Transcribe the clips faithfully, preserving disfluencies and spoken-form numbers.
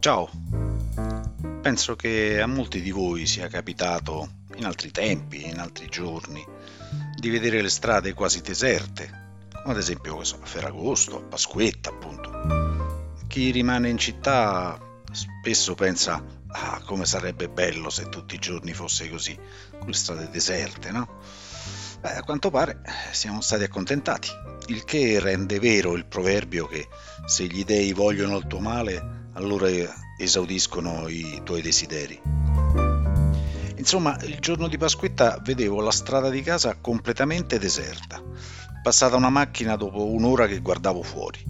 Ciao, penso che a molti di voi sia capitato, in altri tempi, in altri giorni, di vedere le strade quasi deserte, come ad esempio che so, a Ferragosto, a Pasquetta, appunto. Chi rimane in città spesso pensa, ah, come sarebbe bello se tutti i giorni fosse così, con le strade deserte, no? Beh, a quanto pare siamo stati accontentati, il che rende vero il proverbio che se gli dei vogliono il tuo male, allora esaudiscono i tuoi desideri. Insomma, il giorno di Pasquetta vedevo la strada di casa completamente deserta, passata una macchina dopo un'ora che guardavo fuori.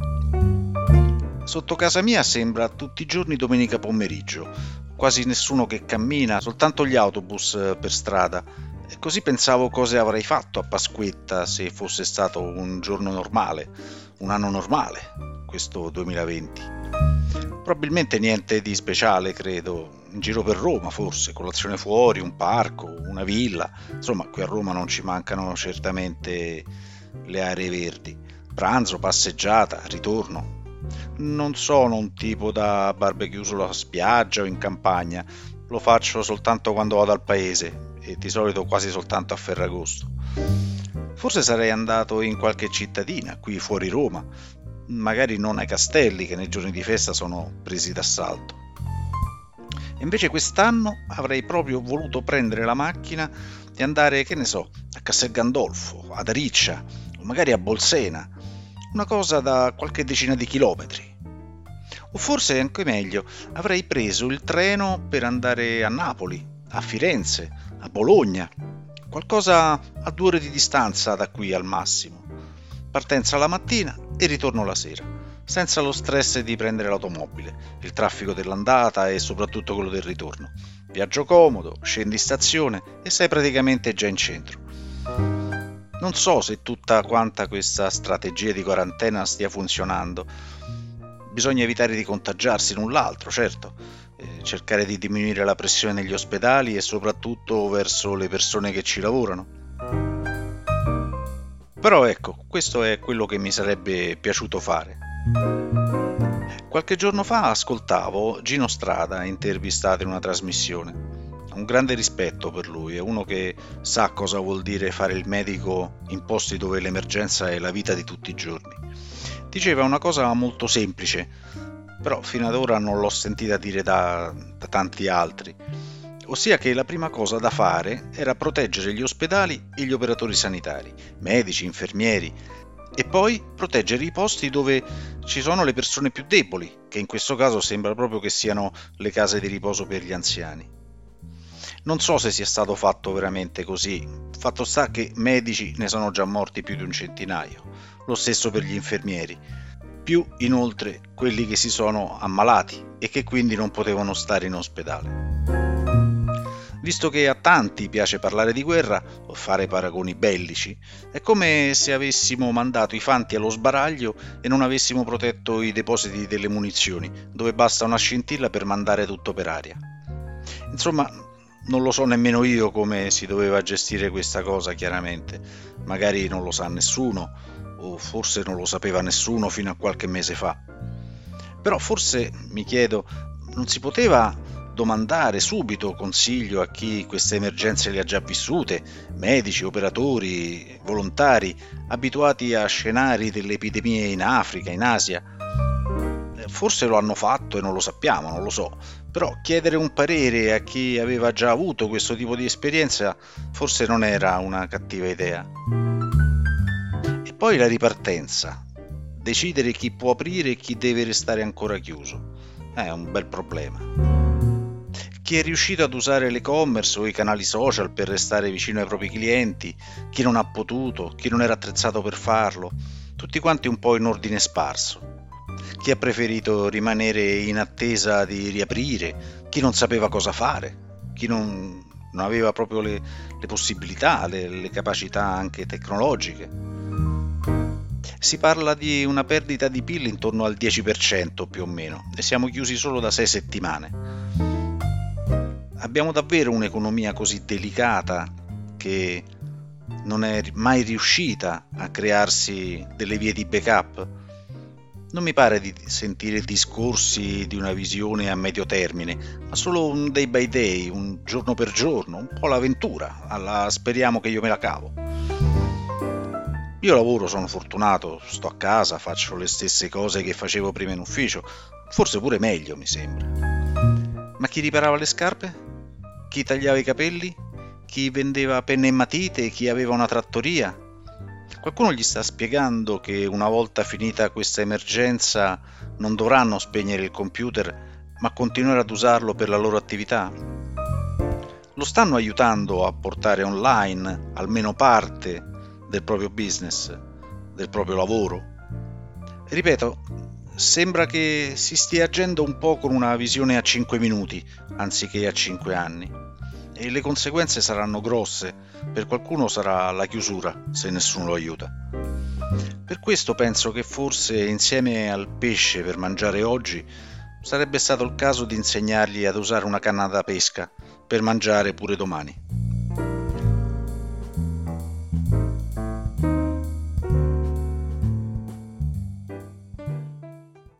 Sotto casa mia sembra tutti i giorni domenica pomeriggio, quasi nessuno che cammina, soltanto gli autobus per strada. E così pensavo cosa avrei fatto a Pasquetta se fosse stato un giorno normale, un anno normale, questo duemilaventi. Probabilmente niente di speciale, credo, in giro per Roma forse, colazione fuori, un parco, una villa, insomma qui a Roma non ci mancano certamente le aree verdi, pranzo, passeggiata, ritorno. Non sono un tipo da barbecue sulla spiaggia o in campagna, lo faccio soltanto quando vado al paese e di solito quasi soltanto a Ferragosto. Forse sarei andato in qualche cittadina qui fuori Roma, magari non ai castelli che nei giorni di festa sono presi d'assalto. E invece quest'anno avrei proprio voluto prendere la macchina e andare, che ne so, a Castel Gandolfo, ad Ariccia o magari a Bolsena, una cosa da qualche decina di chilometri. O forse anche meglio, avrei preso il treno per andare a Napoli, a Firenze, a Bologna, qualcosa a due ore di distanza da qui al massimo. Partenza la mattina e ritorno la sera, senza lo stress di prendere l'automobile, il traffico dell'andata e soprattutto quello del ritorno. Viaggio comodo, scendi in stazione e sei praticamente già in centro. Non so se tutta quanta questa strategia di quarantena stia funzionando. Bisogna evitare di contagiarsi l'un l'altro, certo, eh, cercare di diminuire la pressione negli ospedali e soprattutto verso le persone che ci lavorano. Però ecco, questo è quello che mi sarebbe piaciuto fare. Qualche giorno fa ascoltavo Gino Strada intervistato in una trasmissione. Ho un grande rispetto per lui, è uno che sa cosa vuol dire fare il medico in posti dove l'emergenza è la vita di tutti i giorni. Diceva una cosa molto semplice, però fino ad ora non l'ho sentita dire da, da tanti altri, ossia che la prima cosa da fare era proteggere gli ospedali e gli operatori sanitari, medici, infermieri, e poi proteggere i posti dove ci sono le persone più deboli, che in questo caso sembra proprio che siano le case di riposo per gli anziani. Non so se sia stato fatto veramente così, fatto sta che medici ne sono già morti più di un centinaio, lo stesso per gli infermieri, più inoltre quelli che si sono ammalati e che quindi non potevano stare in ospedale. Visto che a tanti piace parlare di guerra o fare paragoni bellici, è come se avessimo mandato i fanti allo sbaraglio e non avessimo protetto i depositi delle munizioni, dove basta una scintilla per mandare tutto per aria. Insomma, non lo so nemmeno io come si doveva gestire questa cosa, chiaramente. Magari non lo sa nessuno, o forse non lo sapeva nessuno fino a qualche mese fa. Però forse, mi chiedo, non si poteva domandare subito consiglio a chi queste emergenze le ha già vissute, medici, operatori, volontari, abituati a scenari delle epidemie in Africa, in Asia. Forse lo hanno fatto e non lo sappiamo, non lo so, però chiedere un parere a chi aveva già avuto questo tipo di esperienza forse non era una cattiva idea. E poi la ripartenza, decidere chi può aprire e chi deve restare ancora chiuso, è un bel problema. Chi è riuscito ad usare l'e-commerce o i canali social per restare vicino ai propri clienti, chi non ha potuto, chi non era attrezzato per farlo, tutti quanti un po' in ordine sparso. Chi ha preferito rimanere in attesa di riaprire, chi non sapeva cosa fare, chi non, non aveva proprio le, le possibilità, le, le capacità anche tecnologiche. Si parla di una perdita di P I L intorno al dieci per cento più o meno e siamo chiusi solo da sei settimane. Abbiamo davvero un'economia così delicata che non è mai riuscita a crearsi delle vie di backup? Non mi pare di sentire discorsi di una visione a medio termine, ma solo un day by day, un giorno per giorno, un po' l'avventura, alla speriamo che io me la cavo. Io lavoro, sono fortunato, sto a casa, faccio le stesse cose che facevo prima in ufficio, forse pure meglio mi sembra. Ma chi riparava le scarpe? Chi tagliava i capelli? Chi vendeva penne e matite? Chi aveva una trattoria? Qualcuno gli sta spiegando che una volta finita questa emergenza non dovranno spegnere il computer, ma continuare ad usarlo per la loro attività? Lo stanno aiutando a portare online almeno parte del proprio business, del proprio lavoro? Ripeto, sembra che si stia agendo un po' con una visione a cinque minuti, anziché a cinque anni. E le conseguenze saranno grosse, per qualcuno sarà la chiusura se nessuno lo aiuta. Per questo penso che forse insieme al pesce per mangiare oggi sarebbe stato il caso di insegnargli ad usare una canna da pesca per mangiare pure domani.